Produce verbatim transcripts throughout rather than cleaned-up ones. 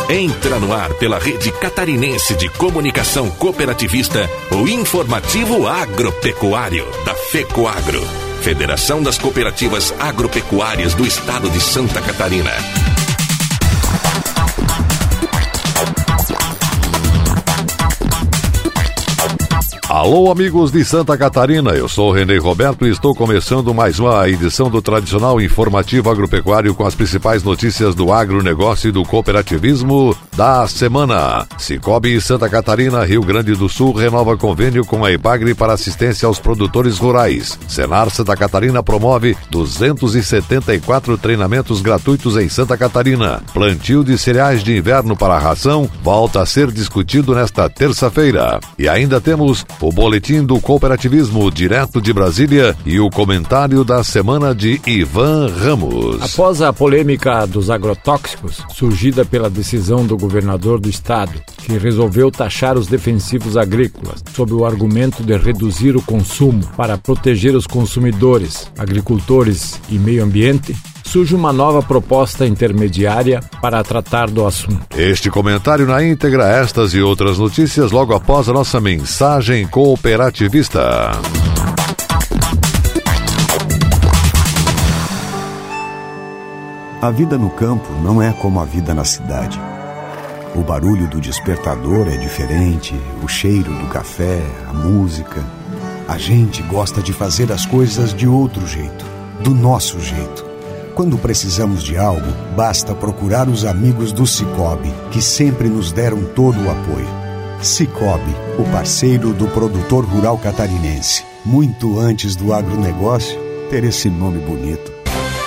Entra no ar pela Rede Catarinense de Comunicação Cooperativista, o informativo agropecuário da FECOAGRO, Federação das Cooperativas Agropecuárias do Estado de Santa Catarina. Alô, amigos de Santa Catarina, eu sou o René Roberto e estou começando mais uma edição do tradicional informativo agropecuário com as principais notícias do agronegócio e do cooperativismo da semana. Cicobi Santa Catarina, Rio Grande do Sul, renova convênio com a Epagre para assistência aos produtores rurais. Senar Santa Catarina promove duzentos e setenta e quatro treinamentos gratuitos em Santa Catarina. Plantio de cereais de inverno para a ração volta a ser discutido nesta terça-feira. E ainda temos o boletim do cooperativismo direto de Brasília e o comentário da semana de Ivan Ramos. Após a polêmica dos agrotóxicos, surgida pela decisão do governador do estado, que resolveu taxar os defensivos agrícolas sob o argumento de reduzir o consumo para proteger os consumidores, agricultores e meio ambiente, surge uma nova proposta intermediária para tratar do assunto. Este comentário na íntegra, estas e outras notícias logo após a nossa mensagem cooperativista. A vida no campo não é como a vida na cidade. O barulho do despertador é diferente, o cheiro do café, a música. A gente gosta de fazer as coisas de outro jeito, do nosso jeito. Quando precisamos de algo, basta procurar os amigos do Cicobi, que sempre nos deram todo o apoio. Cicobi, o parceiro do produtor rural catarinense. Muito antes do agronegócio ter esse nome bonito.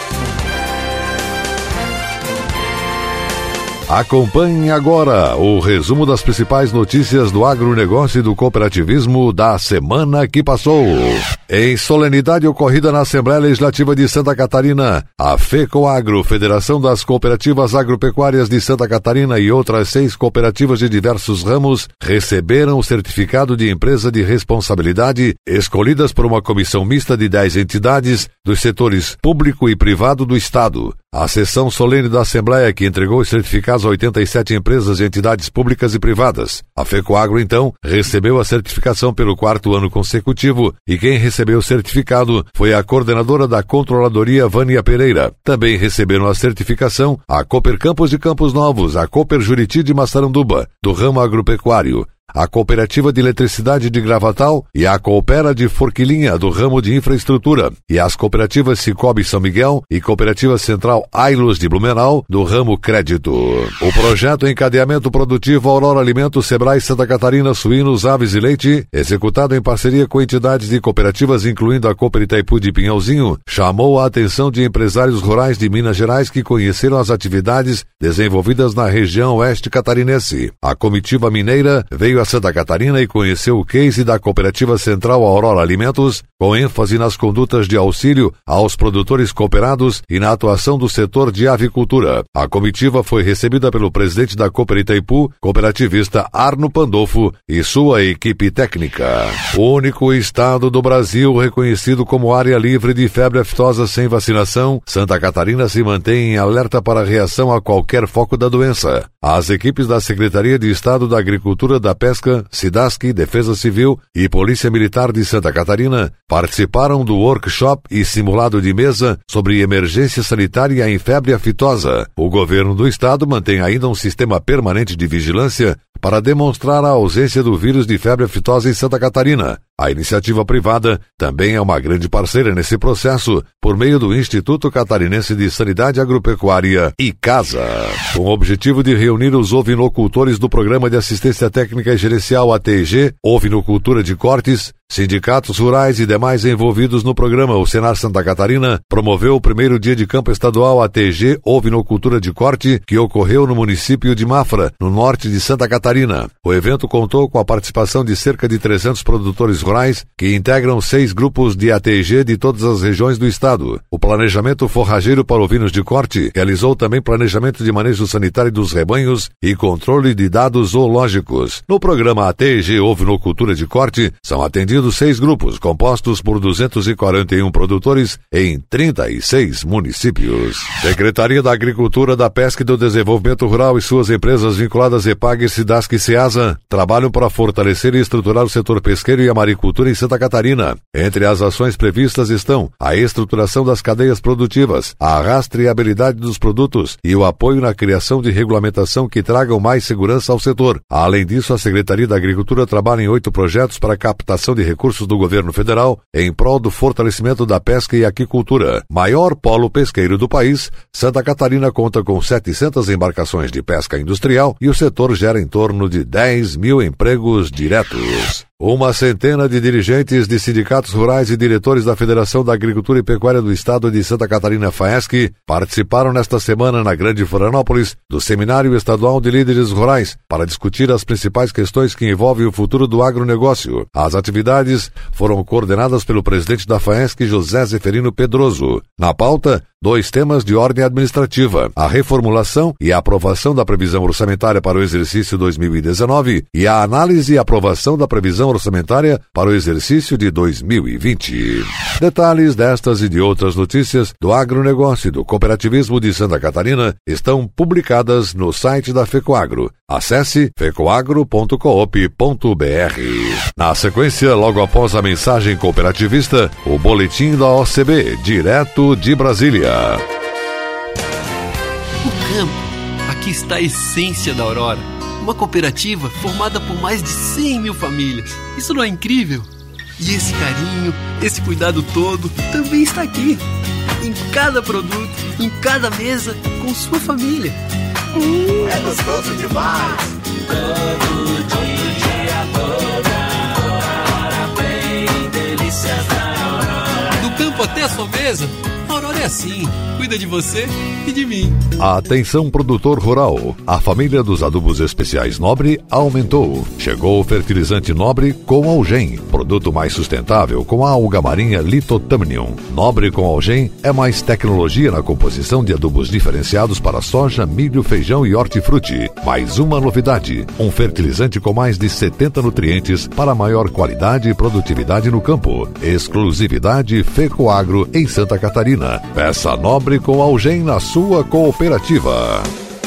Acompanhe agora o resumo das principais notícias do agronegócio e do cooperativismo da semana que passou. Em solenidade ocorrida na Assembleia Legislativa de Santa Catarina, a FECOAGRO, Federação das Cooperativas Agropecuárias de Santa Catarina e outras seis cooperativas de diversos ramos receberam o certificado de empresa de responsabilidade escolhidas por uma comissão mista de dez entidades dos setores público e privado do Estado. A sessão solene da Assembleia que entregou os certificados a oitenta e sete empresas e entidades públicas e privadas. A FECOAGRO, então, recebeu a certificação pelo quarto ano consecutivo e quem recebeu o certificado foi a coordenadora da Controladoria, Vânia Pereira. Também receberam a certificação a Cooper Campos de Campos Novos, a Cooper Juriti de Massaranduba, do ramo agropecuário, a Cooperativa de Eletricidade de Gravatal e a Coopera de Forquilinha, do ramo de infraestrutura, e as cooperativas Cicobi São Miguel e Cooperativa Central Ailos de Blumenau, do ramo crédito. O projeto Encadeamento Produtivo Aurora Alimentos Sebrae Santa Catarina Suínos, Aves e Leite, executado em parceria com entidades de cooperativas, incluindo a Cooper Itaipu de Pinhalzinho, chamou a atenção de empresários rurais de Minas Gerais que conheceram as atividades desenvolvidas na região oeste catarinense. A comitiva mineira veio a Santa Catarina e conheceu o case da Cooperativa Central Aurora Alimentos, com ênfase nas condutas de auxílio aos produtores cooperados e na atuação do setor de avicultura. A comitiva foi recebida pelo presidente da Cooper Itaipu, cooperativista Arno Pandolfo, e sua equipe técnica. O único estado do Brasil reconhecido como área livre de febre aftosa sem vacinação, Santa Catarina se mantém em alerta para reação a qualquer foco da doença. As equipes da Secretaria de Estado da Agricultura, da Pesca, SIDASC, Defesa Civil e Polícia Militar de Santa Catarina participaram do workshop e simulado de mesa sobre emergência sanitária em febre aftosa. O governo do estado mantém ainda um sistema permanente de vigilância para demonstrar a ausência do vírus de febre aftosa em Santa Catarina. A iniciativa privada também é uma grande parceira nesse processo, por meio do Instituto Catarinense de Sanidade Agropecuária, ICASA. Com o objetivo de reunir os ovinocultores do Programa de Assistência Técnica e Gerencial A T G, Ovinocultura de Cortes, sindicatos rurais e demais envolvidos no programa, o Senar Santa Catarina promoveu o primeiro dia de campo estadual A T G Ovinocultura de Corte, que ocorreu no município de Mafra, no norte de Santa Catarina. O evento contou com a participação de cerca de trezentos produtores rurais, que integram seis grupos de A T G de todas as regiões do estado. O planejamento forrageiro para ovinos de corte realizou também planejamento de manejo sanitário dos rebanhos e controle de dados zoológicos. No programa A T G Ovinocultura de Corte, são atendidos atingindo seis grupos, compostos por duzentos e quarenta e um produtores em trinta e seis municípios. Secretaria da Agricultura, da Pesca e do Desenvolvimento Rural e suas empresas vinculadas EPAG, SIDASC e SEASA trabalham para fortalecer e estruturar o setor pesqueiro e a maricultura em Santa Catarina. Entre as ações previstas estão a estruturação das cadeias produtivas, a rastreabilidade dos produtos e o apoio na criação de regulamentação que tragam mais segurança ao setor. Além disso, a Secretaria da Agricultura trabalha em oito projetos para a captação de recursos do governo federal em prol do fortalecimento da pesca e aquicultura. Maior polo pesqueiro do país, Santa Catarina conta com setecentas embarcações de pesca industrial e o setor gera em torno de dez mil empregos diretos. Uma centena de dirigentes de sindicatos rurais e diretores da Federação da Agricultura e Pecuária do Estado de Santa Catarina, FAESC, participaram nesta semana na Grande Florianópolis do Seminário Estadual de Líderes Rurais para discutir as principais questões que envolvem o futuro do agronegócio. As atividades foram coordenadas pelo presidente da FAESC, José Zeferino Pedroso. Na pauta, dois temas de ordem administrativa: a reformulação e a aprovação da previsão orçamentária para o exercício dois mil e dezenove e a análise e aprovação da previsão orçamentária para o exercício de dois mil e vinte. Detalhes destas e de outras notícias do agronegócio e do cooperativismo de Santa Catarina estão publicadas no site da FECOAGRO. Acesse fecoagro ponto coop ponto br. Na sequência, logo após a mensagem cooperativista, o boletim da O C B, direto de Brasília. O campo, aqui está a essência da Aurora. Uma cooperativa formada por mais de cem mil famílias. Isso não é incrível? E esse carinho, esse cuidado todo também está aqui. Em cada produto, em cada mesa, com sua família. Hum, é gostoso demais! Todo dia, toda hora, bem delícias da Aurora. Do campo até a sua mesa, a Aurora é assim. Cuida de você e de mim. Atenção, produtor rural. A família dos adubos especiais Nobre aumentou. Chegou o fertilizante Nobre com Algem, produto mais sustentável com a alga marinha Lithotamnium. Nobre com Algem é mais tecnologia na composição de adubos diferenciados para soja, milho, feijão e hortifruti. Mais uma novidade: um fertilizante com mais de setenta nutrientes para maior qualidade e produtividade no campo. Exclusividade FECOAGRO em Santa Catarina. Peça Nobre com Algem na sua cooperativa.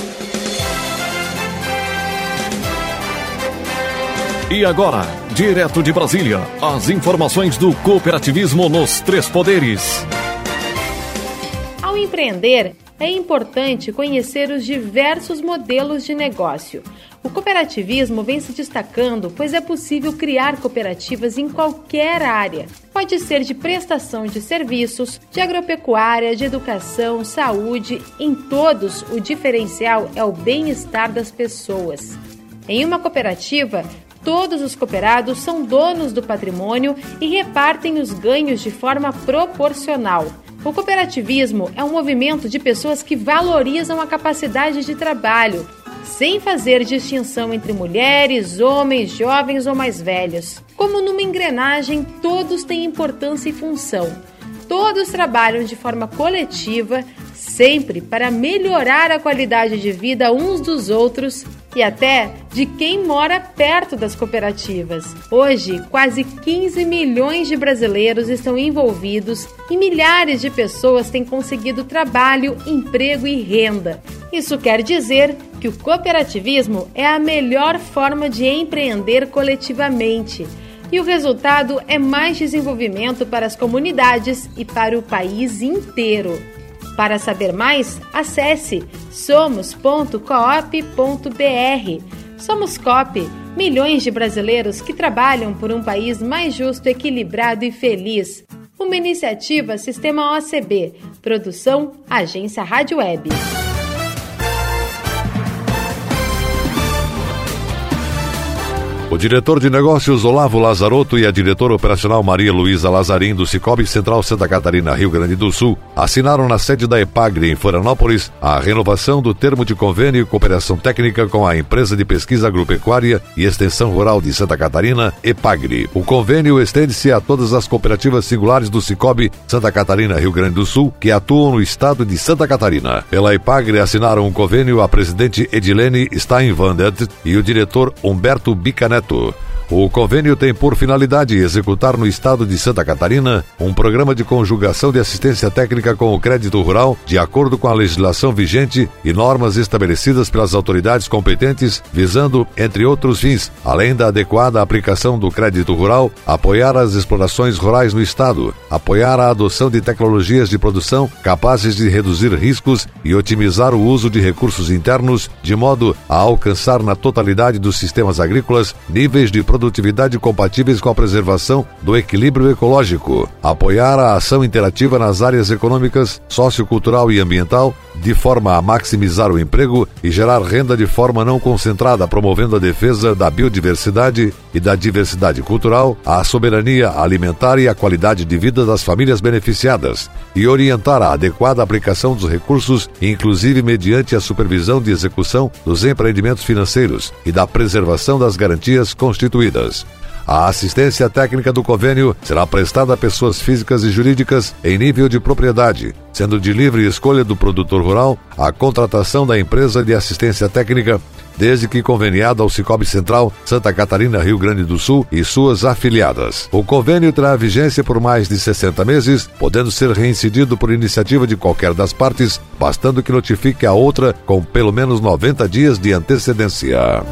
E agora, direto de Brasília, as informações do cooperativismo nos três poderes. Ao empreender, é importante conhecer os diversos modelos de negócio. O cooperativismo vem se destacando, pois é possível criar cooperativas em qualquer área. Pode ser de prestação de serviços, de agropecuária, de educação, saúde. Em todos, o diferencial é o bem-estar das pessoas. Em uma cooperativa, todos os cooperados são donos do patrimônio e repartem os ganhos de forma proporcional. O cooperativismo é um movimento de pessoas que valorizam a capacidade de trabalho, sem fazer distinção entre mulheres, homens, jovens ou mais velhos. Como numa engrenagem, todos têm importância e função. Todos trabalham de forma coletiva, sempre para melhorar a qualidade de vida uns dos outros e até de quem mora perto das cooperativas. Hoje, quase quinze milhões de brasileiros estão envolvidos e milhares de pessoas têm conseguido trabalho, emprego e renda. Isso quer dizer que o cooperativismo é a melhor forma de empreender coletivamente. E o resultado é mais desenvolvimento para as comunidades e para o país inteiro. Para saber mais, acesse somos ponto coop ponto br. Somos Coop, milhões de brasileiros que trabalham por um país mais justo, equilibrado e feliz. Uma iniciativa Sistema O C B, produção Agência Rádio Web. O diretor de negócios Olavo Lazarotto e a diretora operacional Maria Luísa Lazarim do Cicobi Central Santa Catarina, Rio Grande do Sul, assinaram na sede da EPAGRE em Florianópolis a renovação do termo de convênio e cooperação técnica com a Empresa de Pesquisa Agropecuária e Extensão Rural de Santa Catarina, EPAGRE. O convênio estende-se a todas as cooperativas singulares do Cicobi Santa Catarina, Rio Grande do Sul, que atuam no estado de Santa Catarina. Pela EPAGRE assinaram um convênio a presidente Edilene Steinwandert e o diretor Humberto Bicaneto. O convênio tem por finalidade executar no estado de Santa Catarina um programa de conjugação de assistência técnica com o crédito rural, de acordo com a legislação vigente e normas estabelecidas pelas autoridades competentes, visando, entre outros fins, além da adequada aplicação do crédito rural, apoiar as explorações rurais no estado, apoiar a adoção de tecnologias de produção capazes de reduzir riscos e otimizar o uso de recursos internos, de modo a alcançar na totalidade dos sistemas agrícolas níveis de produtividade compatíveis com a preservação do equilíbrio ecológico, apoiar a ação interativa nas áreas econômicas, sociocultural e ambiental, de forma a maximizar o emprego e gerar renda de forma não concentrada, promovendo a defesa da biodiversidade e da diversidade cultural, a soberania alimentar e a qualidade de vida das famílias beneficiadas, e orientar a adequada aplicação dos recursos, inclusive mediante a supervisão de execução dos empreendimentos financeiros e da preservação das garantias constituídas. A assistência técnica do convênio será prestada a pessoas físicas e jurídicas em nível de propriedade, sendo de livre escolha do produtor rural a contratação da empresa de assistência técnica, desde que conveniada ao Cicobi Central, Santa Catarina, Rio Grande do Sul e suas afiliadas. O convênio terá vigência por mais de sessenta meses, podendo ser reincidido por iniciativa de qualquer das partes, bastando que notifique a outra com pelo menos noventa dias de antecedência.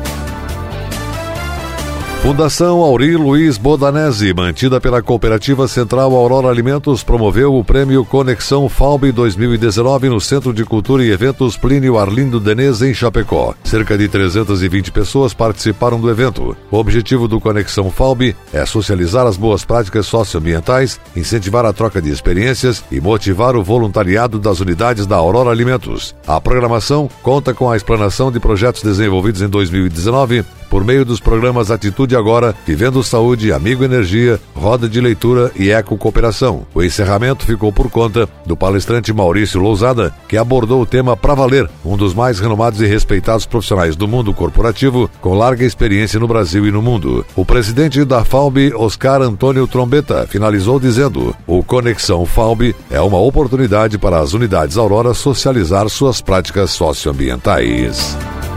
Fundação Auri Luiz Bodanese, mantida pela Cooperativa Central Aurora Alimentos, promoveu o Prêmio Conexão F A U B dois mil e dezenove no Centro de Cultura e Eventos Plínio Arlindo Denez, em Chapecó. Cerca de trezentas e vinte pessoas participaram do evento. O objetivo do Conexão F A U B é socializar as boas práticas socioambientais, incentivar a troca de experiências e motivar o voluntariado das unidades da Aurora Alimentos. A programação conta com a explanação de projetos desenvolvidos em dois mil e dezenove, por meio dos programas Atitude Agora, Vivendo Saúde, Amigo Energia, Roda de Leitura e Eco Cooperação. O encerramento ficou por conta do palestrante Maurício Lousada, que abordou o tema Pra Valer, um dos mais renomados e respeitados profissionais do mundo corporativo, com larga experiência no Brasil e no mundo. O presidente da F A U B, Oscar Antônio Trombeta, finalizou dizendo: o Conexão F A U B é uma oportunidade para as unidades Aurora socializar suas práticas socioambientais.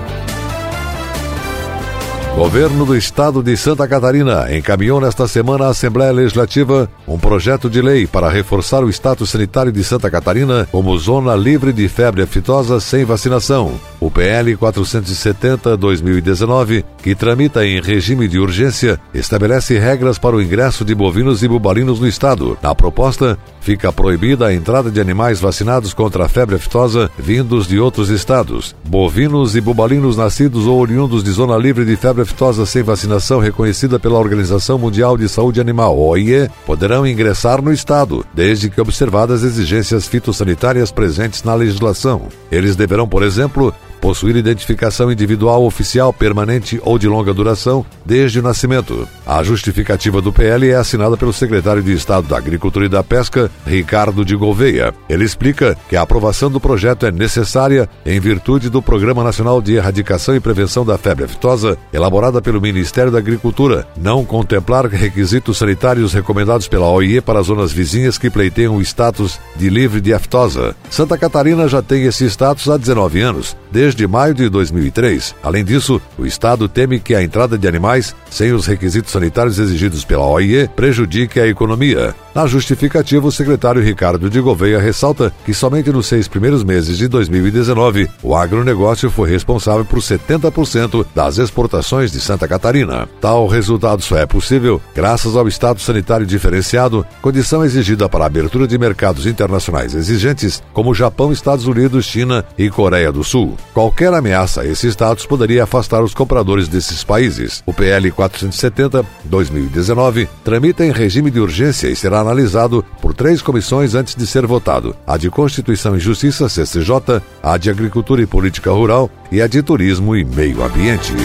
Governo do Estado de Santa Catarina encaminhou nesta semana à Assembleia Legislativa um projeto de lei para reforçar o status sanitário de Santa Catarina como zona livre de febre aftosa sem vacinação. O P L quatrocentos e setenta barra dois mil e dezenove, que tramita em regime de urgência, estabelece regras para o ingresso de bovinos e bubalinos no estado. Na proposta, fica proibida a entrada de animais vacinados contra a febre aftosa vindos de outros estados. Bovinos e bubalinos nascidos ou oriundos de zona livre de febre aftosa sem vacinação reconhecida pela Organização Mundial de Saúde Animal, O I E, poderão ingressar no estado, desde que observadas as exigências fitossanitárias presentes na legislação. Eles deverão, por exemplo, possuir identificação individual oficial permanente ou de longa duração desde o nascimento. A justificativa do P L é assinada pelo secretário de Estado da Agricultura e da Pesca, Ricardo de Gouveia. Ele explica que a aprovação do projeto é necessária em virtude do Programa Nacional de Erradicação e Prevenção da Febre Aftosa, elaborada pelo Ministério da Agricultura, não contemplar requisitos sanitários recomendados pela O I E para zonas vizinhas que pleiteiam o status de livre de aftosa. Santa Catarina já tem esse status há dezenove anos, desde de maio de dois mil e três. Além disso, o Estado teme que a entrada de animais sem os requisitos sanitários exigidos pela O I E prejudique a economia. Na justificativa, o secretário Ricardo de Gouveia ressalta que somente nos seis primeiros meses de dois mil e dezenove, o agronegócio foi responsável por setenta por cento das exportações de Santa Catarina. Tal resultado só é possível graças ao status sanitário diferenciado, condição exigida para a abertura de mercados internacionais exigentes, como Japão, Estados Unidos, China e Coreia do Sul. Qualquer ameaça a esse status poderia afastar os compradores desses países. O P L quatrocentos e setenta barra dois mil e dezenove tramita em regime de urgência e será analisado por três comissões antes de ser votado: a de Constituição e Justiça, C C J, a de Agricultura e Política Rural e a de Turismo e Meio Ambiente.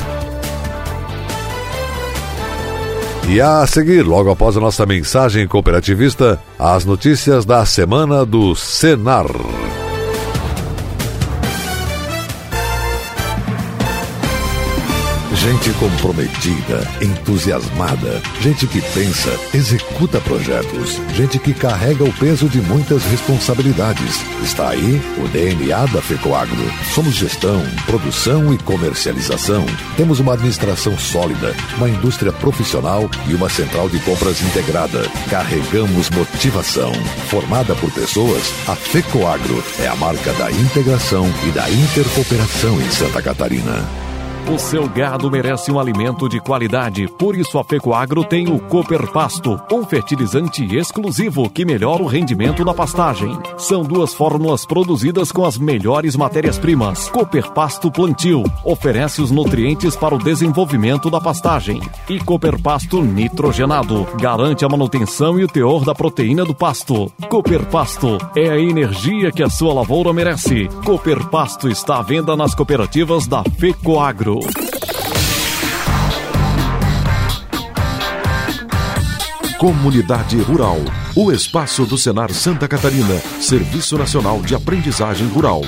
E a seguir, logo após a nossa mensagem cooperativista, as notícias da semana do Senar. Gente comprometida, entusiasmada, gente que pensa, executa projetos, gente que carrega o peso de muitas responsabilidades. Está aí o D N A da FECOAGRO. Somos gestão, produção e comercialização. Temos uma administração sólida, uma indústria profissional e uma central de compras integrada. Carregamos motivação. Formada por pessoas, a FECOAGRO é a marca da integração e da intercooperação em Santa Catarina. O seu gado merece um alimento de qualidade, por isso a FECOAGRO tem o Cooper Pasto, um fertilizante exclusivo que melhora o rendimento na pastagem. São duas fórmulas produzidas com as melhores matérias-primas. Cooper Pasto Plantio oferece os nutrientes para o desenvolvimento da pastagem. E Cooper Pasto Nitrogenado garante a manutenção e o teor da proteína do pasto. Cooper Pasto é a energia que a sua lavoura merece. Cooper Pasto está à venda nas cooperativas da FECOAGRO. Comunidade Rural, o espaço do Senar Santa Catarina, Serviço Nacional de Aprendizagem Rural.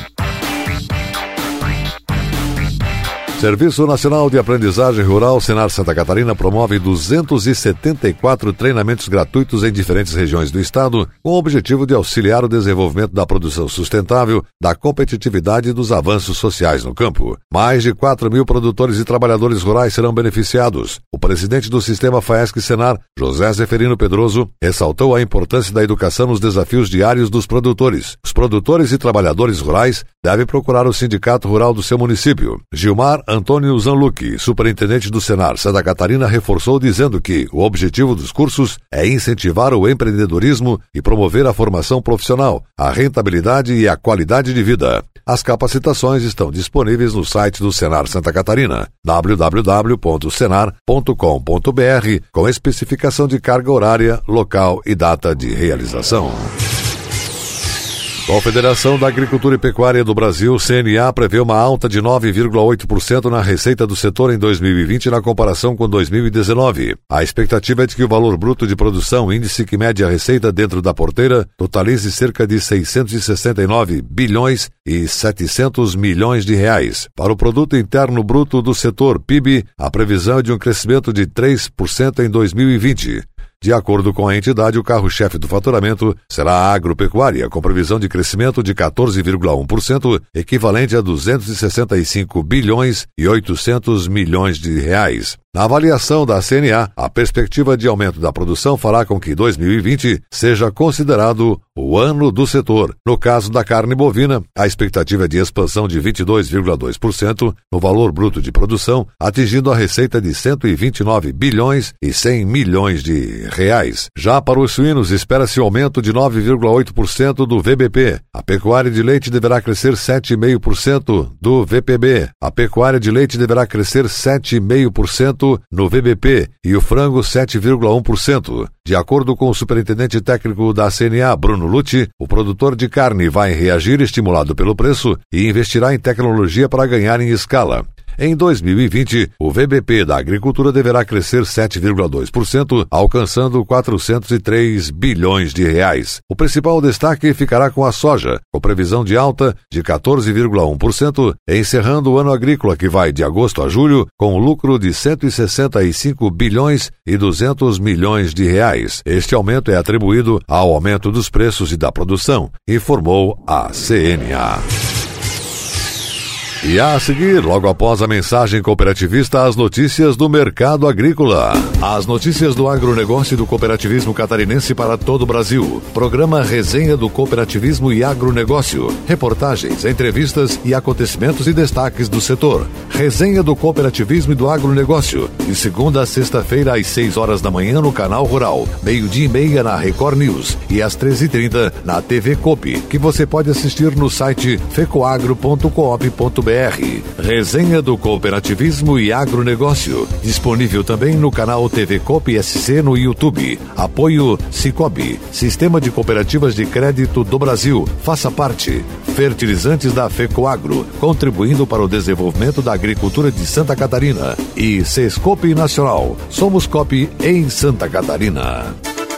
Serviço Nacional de Aprendizagem Rural, Senar Santa Catarina, promove duzentos e setenta e quatro treinamentos gratuitos em diferentes regiões do estado, com o objetivo de auxiliar o desenvolvimento da produção sustentável, da competitividade e dos avanços sociais no campo. Mais de quatro mil produtores e trabalhadores rurais serão beneficiados. O presidente do Sistema FAESC-Senar, José Zeferino Pedroso, ressaltou a importância da educação nos desafios diários dos produtores. Os produtores e trabalhadores rurais devem procurar o sindicato rural do seu município. Gilmar Antônio Zanlucchi, superintendente do Senar Santa Catarina, reforçou dizendo que o objetivo dos cursos é incentivar o empreendedorismo e promover a formação profissional, a rentabilidade e a qualidade de vida. As capacitações estão disponíveis no site do Senar Santa Catarina, w w w ponto senar ponto com ponto b r, com especificação de carga horária, local e data de realização. Confederação da Agricultura e Pecuária do Brasil, C N A, prevê uma alta de nove vírgula oito por cento na receita do setor em dois mil e vinte na comparação com dois mil e dezenove. A expectativa é de que o valor bruto de produção, índice que mede a receita dentro da porteira, totalize cerca de seiscentos e sessenta e nove bilhões e setecentos milhões de reais. Para o Produto Interno Bruto do setor, P I B, a previsão é de um crescimento de três por cento em dois mil e vinte. De acordo com a entidade, o carro-chefe do faturamento será a agropecuária, com previsão de crescimento de quatorze vírgula um por cento, equivalente a duzentos e sessenta e cinco bilhões e oitocentos milhões de reais. Na avaliação da C N A, a perspectiva de aumento da produção fará com que dois mil e vinte seja considerado o ano do setor. No caso da carne bovina, a expectativa é de expansão de vinte e dois vírgula dois por cento no valor bruto de produção, atingindo a receita de cento e vinte e nove bilhões e cem milhões de reais. Já para os suínos, espera-se um aumento de nove vírgula oito por cento do V B P. A pecuária de leite deverá crescer sete vírgula cinco por cento do V P B. A pecuária de leite deverá crescer sete vírgula cinco por cento no V B P e o frango sete vírgula um por cento. De acordo com o superintendente técnico da C N A, Bruno Lucci, o produtor de carne vai reagir estimulado pelo preço e investirá em tecnologia para ganhar em escala. Em dois mil e vinte, o V B P da agricultura deverá crescer sete vírgula dois por cento, alcançando quatrocentos e três bilhões de reais. O principal destaque ficará com a soja, com previsão de alta de quatorze vírgula um por cento, encerrando o ano agrícola que vai de agosto a julho com um lucro de cento e sessenta e cinco bilhões e duzentos milhões de reais. Este aumento é atribuído ao aumento dos preços e da produção, informou a C N A. E a seguir, logo após a mensagem cooperativista, as notícias do mercado agrícola. As notícias do agronegócio e do cooperativismo catarinense para todo o Brasil. Programa Resenha do Cooperativismo e Agronegócio. Reportagens, entrevistas e acontecimentos e destaques do setor. Resenha do Cooperativismo e do Agronegócio. De segunda a sexta-feira, às seis horas da manhã, no Canal Rural. Meio-dia e meia na Record News. E às treze e trinta na T V Coop, que você pode assistir no site fecoagro ponto coop ponto b r. Resenha do Cooperativismo e Agronegócio. Disponível também no canal T V Coop S C no YouTube. Apoio Cicobi, Sistema de Cooperativas de Crédito do Brasil. Faça parte. Fertilizantes da FECOAGRO, contribuindo para o desenvolvimento da agricultura de Santa Catarina. E Sescope Nacional. Somos Coop em Santa Catarina.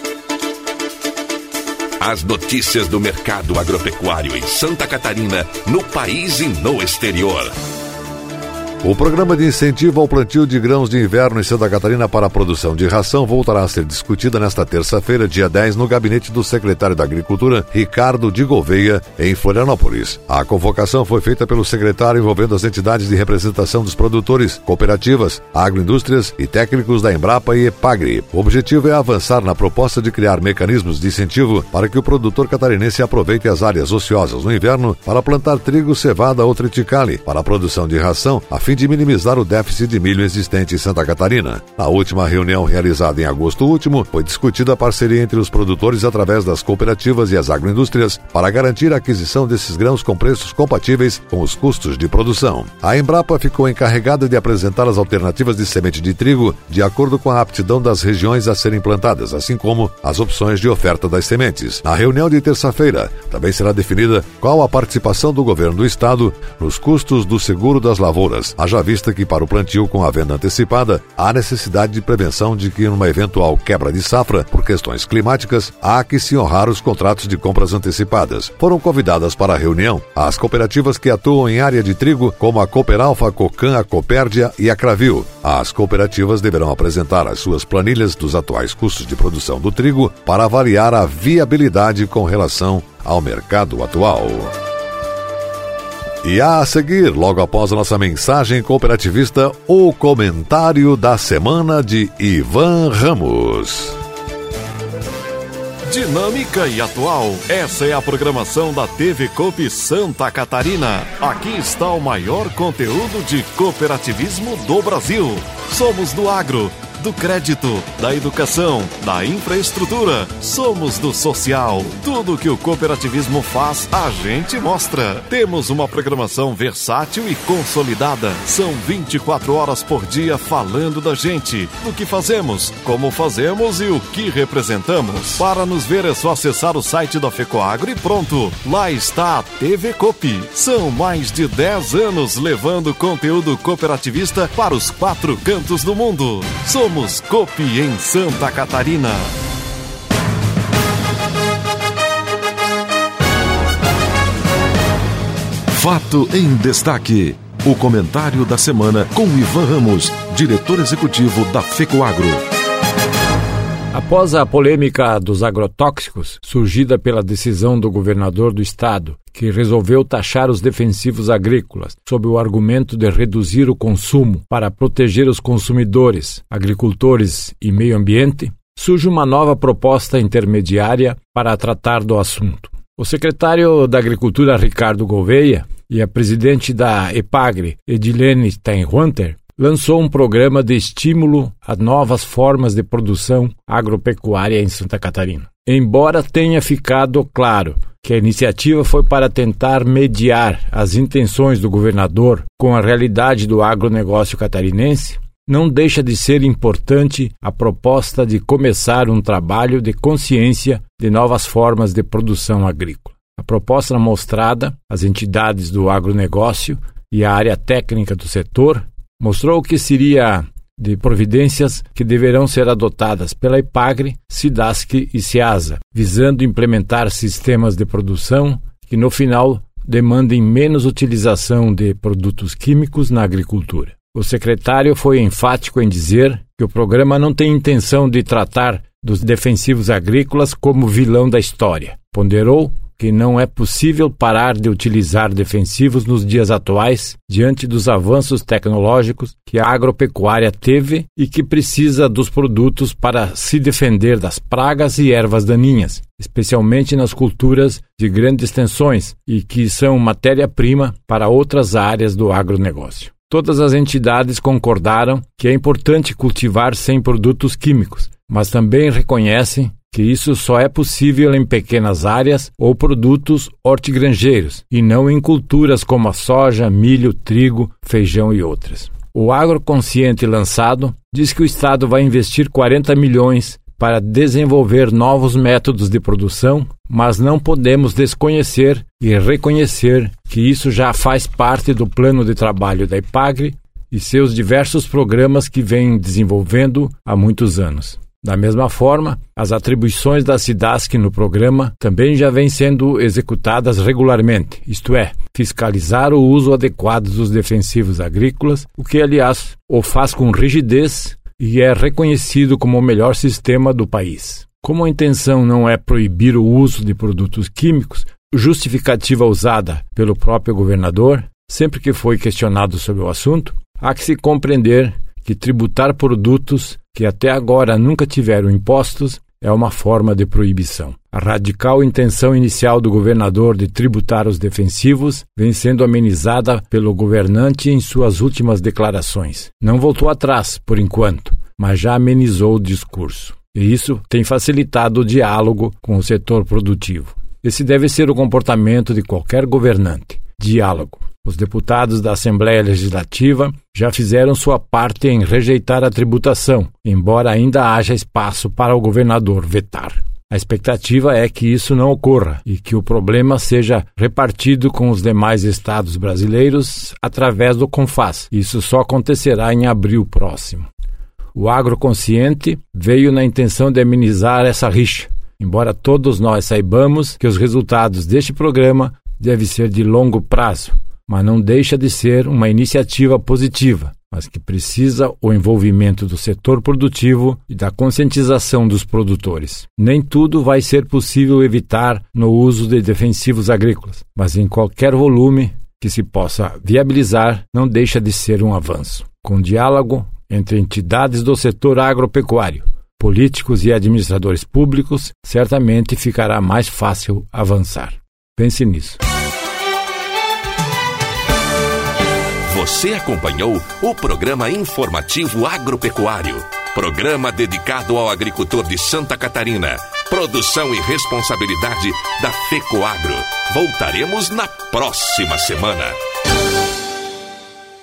As notícias do mercado agropecuário em Santa Catarina, no país e no exterior. O programa de incentivo ao plantio de grãos de inverno em Santa Catarina para a produção de ração voltará a ser discutida nesta terça-feira, dia dez, no gabinete do secretário da Agricultura, Ricardo de Gouveia, em Florianópolis. A convocação foi feita pelo secretário envolvendo as entidades de representação dos produtores, cooperativas, agroindústrias e técnicos da Embrapa e Epagri. O objetivo é avançar na proposta de criar mecanismos de incentivo para que o produtor catarinense aproveite as áreas ociosas no inverno para plantar trigo, cevada ou triticale para a produção de ração, a fim de minimizar o déficit de milho existente em Santa Catarina. Na última reunião realizada em agosto último, foi discutida a parceria entre os produtores através das cooperativas e as agroindústrias para garantir a aquisição desses grãos com preços compatíveis com os custos de produção. A Embrapa ficou encarregada de apresentar as alternativas de semente de trigo de acordo com a aptidão das regiões a serem plantadas, assim como as opções de oferta das sementes. Na reunião de terça-feira, também será definida qual a participação do governo do estado nos custos do seguro das lavouras, haja vista que para o plantio com a venda antecipada há necessidade de prevenção de que numa eventual quebra de safra por questões climáticas há que se honrar os contratos de compras antecipadas. Foram convidadas para a reunião as cooperativas que atuam em área de trigo, como a Cooperalfa, a Cocan, a Copérdia e a Cravil. As cooperativas deverão apresentar as suas planilhas dos atuais custos de produção do trigo para avaliar a viabilidade com relação ao mercado atual. E a seguir, logo após a nossa mensagem cooperativista, o comentário da semana de Ivan Ramos. Dinâmica e atual, essa é a programação da T V Coop Santa Catarina. Aqui está o maior conteúdo de cooperativismo do Brasil. Somos do agro, do crédito, da educação, da infraestrutura. Somos do social. Tudo que o cooperativismo faz, a gente mostra. Temos uma programação versátil e consolidada. São vinte e quatro horas por dia falando da gente, do que fazemos, como fazemos e o que representamos. Para nos ver é só acessar o site da FECOAGRO e pronto. Lá está a T V Coop. São mais de dez anos levando conteúdo cooperativista para os quatro cantos do mundo. Somos Somos Coop em Santa Catarina. Fato em destaque. O comentário da semana com Ivan Ramos, diretor executivo da FECOAGRO. Após a polêmica dos agrotóxicos, surgida pela decisão do governador do estado, que resolveu taxar os defensivos agrícolas sob o argumento de reduzir o consumo para proteger os consumidores, agricultores e meio ambiente, surge uma nova proposta intermediária para tratar do assunto. O secretário da Agricultura, Ricardo Gouveia, e a presidente da Epagri, Edilene Steinhuanter, lançou um programa de estímulo a novas formas de produção agropecuária em Santa Catarina. Embora tenha ficado claro que a iniciativa foi para tentar mediar as intenções do governador com a realidade do agronegócio catarinense, não deixa de ser importante a proposta de começar um trabalho de consciência de novas formas de produção agrícola. A proposta mostrada às entidades do agronegócio e à área técnica do setor mostrou que seria de providências que deverão ser adotadas pela Epagri, SIDASC e SEASA, visando implementar sistemas de produção que, no final, demandem menos utilização de produtos químicos na agricultura. O secretário foi enfático em dizer que o programa não tem intenção de tratar dos defensivos agrícolas como vilão da história. Ponderou que não é possível parar de utilizar defensivos nos dias atuais, diante dos avanços tecnológicos que a agropecuária teve e que precisa dos produtos para se defender das pragas e ervas daninhas, especialmente nas culturas de grandes extensões e que são matéria-prima para outras áreas do agronegócio. Todas as entidades concordaram que é importante cultivar sem produtos químicos, mas também reconhecem que isso só é possível em pequenas áreas ou produtos hortigranjeiros, e não em culturas como a soja, milho, trigo, feijão e outras. O Agroconsciente lançado diz que o Estado vai investir quarenta milhões para desenvolver novos métodos de produção, mas não podemos desconhecer e reconhecer que isso já faz parte do plano de trabalho da Epagri e seus diversos programas que vem desenvolvendo há muitos anos. Da mesma forma, as atribuições da SIDASC no programa também já vêm sendo executadas regularmente, isto é, fiscalizar o uso adequado dos defensivos agrícolas, o que, aliás, o faz com rigidez e é reconhecido como o melhor sistema do país. Como a intenção não é proibir o uso de produtos químicos, justificativa usada pelo próprio governador, sempre que foi questionado sobre o assunto, há que se compreender que tributar produtos que até agora nunca tiveram impostos é uma forma de proibição. A radical intenção inicial do governador de tributar os defensivos vem sendo amenizada pelo governante em suas últimas declarações. Não voltou atrás, por enquanto, mas já amenizou o discurso. E isso tem facilitado o diálogo com o setor produtivo. Esse deve ser o comportamento de qualquer governante. Diálogo. Os deputados da Assembleia Legislativa já fizeram sua parte em rejeitar a tributação, embora ainda haja espaço para o governador vetar. A expectativa é que isso não ocorra e que o problema seja repartido com os demais estados brasileiros através do CONFAS. Isso só acontecerá em abril próximo. O agroconsciente veio na intenção de amenizar essa rixa, embora todos nós saibamos que os resultados deste programa devem ser de longo prazo, mas não deixa de ser uma iniciativa positiva, mas que precisa o envolvimento do setor produtivo e da conscientização dos produtores. Nem tudo vai ser possível evitar no uso de defensivos agrícolas, mas em qualquer volume que se possa viabilizar, não deixa de ser um avanço. Com diálogo entre entidades do setor agropecuário, políticos e administradores públicos, certamente ficará mais fácil avançar. Pense nisso. Você acompanhou o programa informativo agropecuário, programa dedicado ao agricultor de Santa Catarina. Produção e responsabilidade da FECOAGRO. Voltaremos na próxima semana.